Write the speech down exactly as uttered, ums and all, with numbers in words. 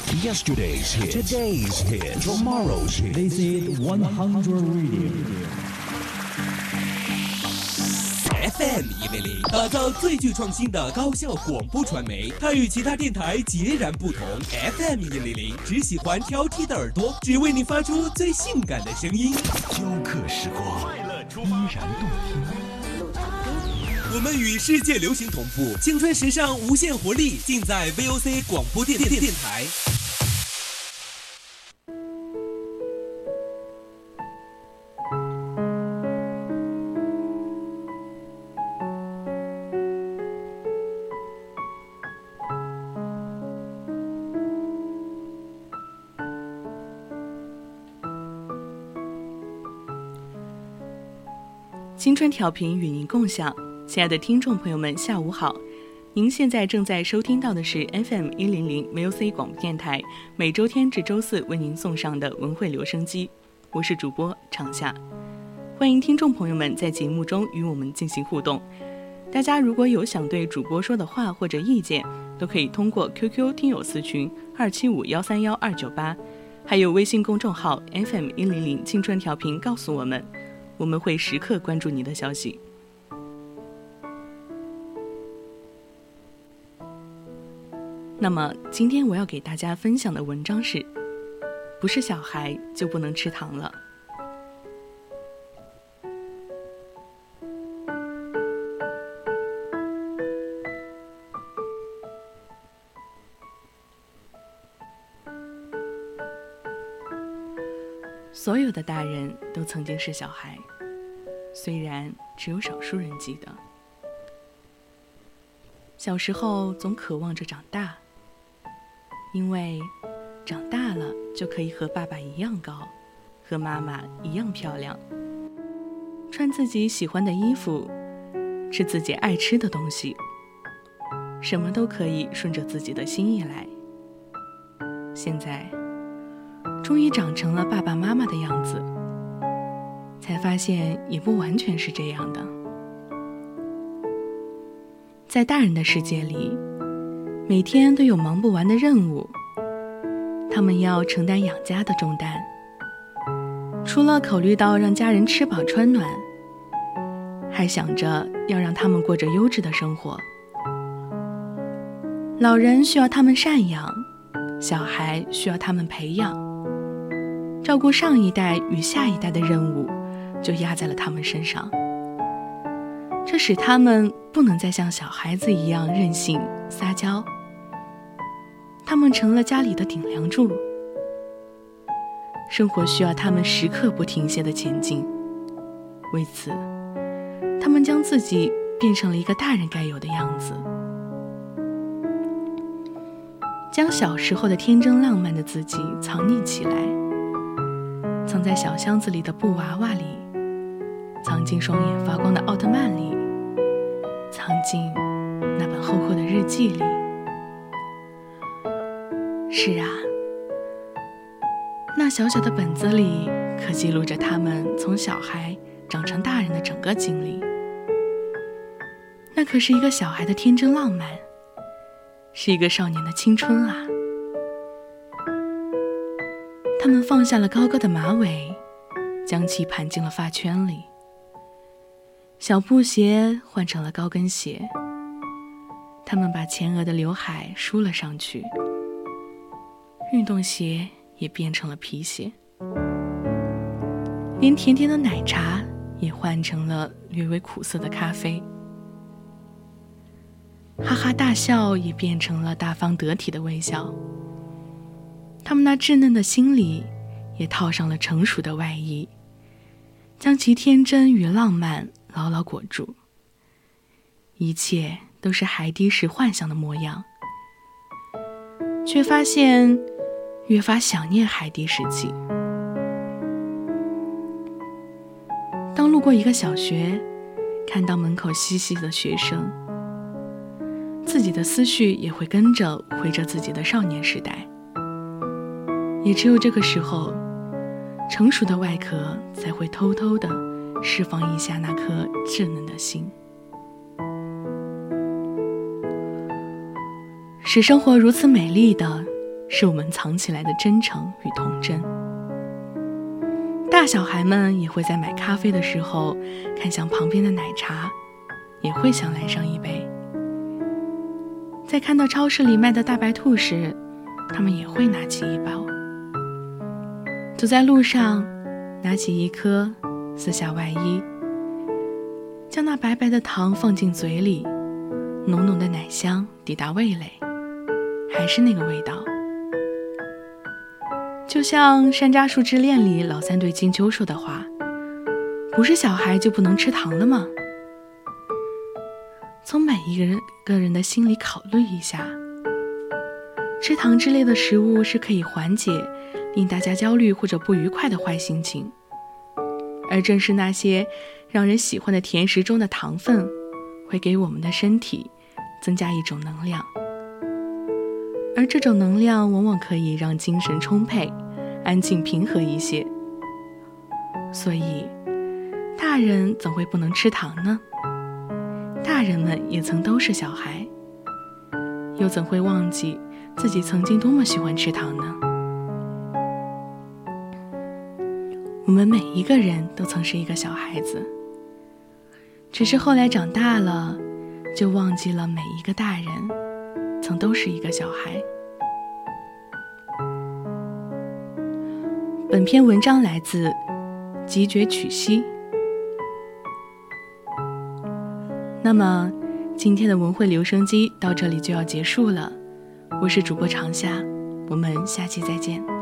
Yesterday's hit, today's hit, tomorrow's hit. This is one hundred Radio. F M 一零零打造最具创新的高效广播传媒，它与其他电台截然不同。F M 一零零只喜欢挑剔的耳朵，只为你发出最性感的声音。 雕刻时光，快乐出发，依然动听。 我们与世界流行同步，青春时尚无限活力，尽在 V O C 广播电电电台。 青春调频与您共享，亲爱的听众朋友们，下午好！您现在正在收听到的是 F M 一零零 V O C 广播电台每周天至周四为您送上的文汇留声机，我是主播长夏。欢迎听众朋友们在节目中与我们进行互动。大家如果有想对主播说的话或者意见，都可以通过 Q Q 听友私群二七五幺三幺二九八，还有微信公众号 F M 一零零青春调频告诉我们。我们会时刻关注你的消息。那么今天我要给大家分享的文章是：不是小孩就不能吃糖了。所有的大人都曾经是小孩，虽然只有少数人记得。小时候总渴望着长大，因为长大了就可以和爸爸一样高，和妈妈一样漂亮，穿自己喜欢的衣服，吃自己爱吃的东西，什么都可以顺着自己的心意来。现在终于长成了爸爸妈妈的样子，才发现也不完全是这样的。在大人的世界里，每天都有忙不完的任务，他们要承担养家的重担，除了考虑到让家人吃饱穿暖，还想着要让他们过着优质的生活。老人需要他们赡养，小孩需要他们培养，照顾上一代与下一代的任务就压在了他们身上，这使他们不能再像小孩子一样任性撒娇，他们成了家里的顶梁柱，生活需要他们时刻不停歇的前进，为此他们将自己变成了一个大人该有的样子，将小时候的天真浪漫的自己藏匿起来，藏在小箱子里的布娃娃里，藏进双眼发光的奥特曼里，藏进那本厚厚的日记里。是啊，那小小的本子里可记录着他们从小孩长成大人的整个经历。那可是一个小孩的天真浪漫，是一个少年的青春啊。他们放下了高高的马尾，将其盘进了发圈里，小布鞋换成了高跟鞋，他们把前额的刘海梳了上去，运动鞋也变成了皮鞋，连甜甜的奶茶也换成了略微苦涩的咖啡，哈哈大笑也变成了大方得体的微笑。他们那稚嫩的心里也套上了成熟的外衣，将其天真与浪漫牢牢裹住，一切都是孩提时幻想的模样，却发现越发想念孩提时期。当路过一个小学，看到门口嬉戏的学生，自己的思绪也会跟着回着自己的少年时代。也只有这个时候，成熟的外壳才会偷偷地释放一下那颗稚嫩的心。使生活如此美丽的， 是我们藏起来的真诚与童真。大小孩们也会在买咖啡的时候看向旁边的奶茶，也会想来上一杯。在看到超市里卖的大白兔时，他们也会拿起一包。走在路上，拿起一颗，撕下外衣，将那白白的糖放进嘴里，浓浓的奶香抵达味蕾，还是那个味道。就像《山楂树之恋》里老三对金秋说的话，不是小孩就不能吃糖的吗？从每一个人个人的心里考虑一下，吃糖之类的食物是可以缓解令大家焦虑或者不愉快的坏心情，而正是那些让人喜欢的甜食中的糖分，会给我们的身体增加一种能量，而这种能量往往可以让精神充沛、安静平和一些。所以大人怎会不能吃糖呢？大人们也曾都是小孩，又怎会忘记自己曾经多么喜欢吃糖呢？我们每一个人都曾是一个小孩子，只是后来长大了，就忘记了每一个大人曾都是一个小孩。本篇文章来自极觉曲析。那么今天的文汇留声机到这里就要结束了，我是主播长夏，我们下期再见。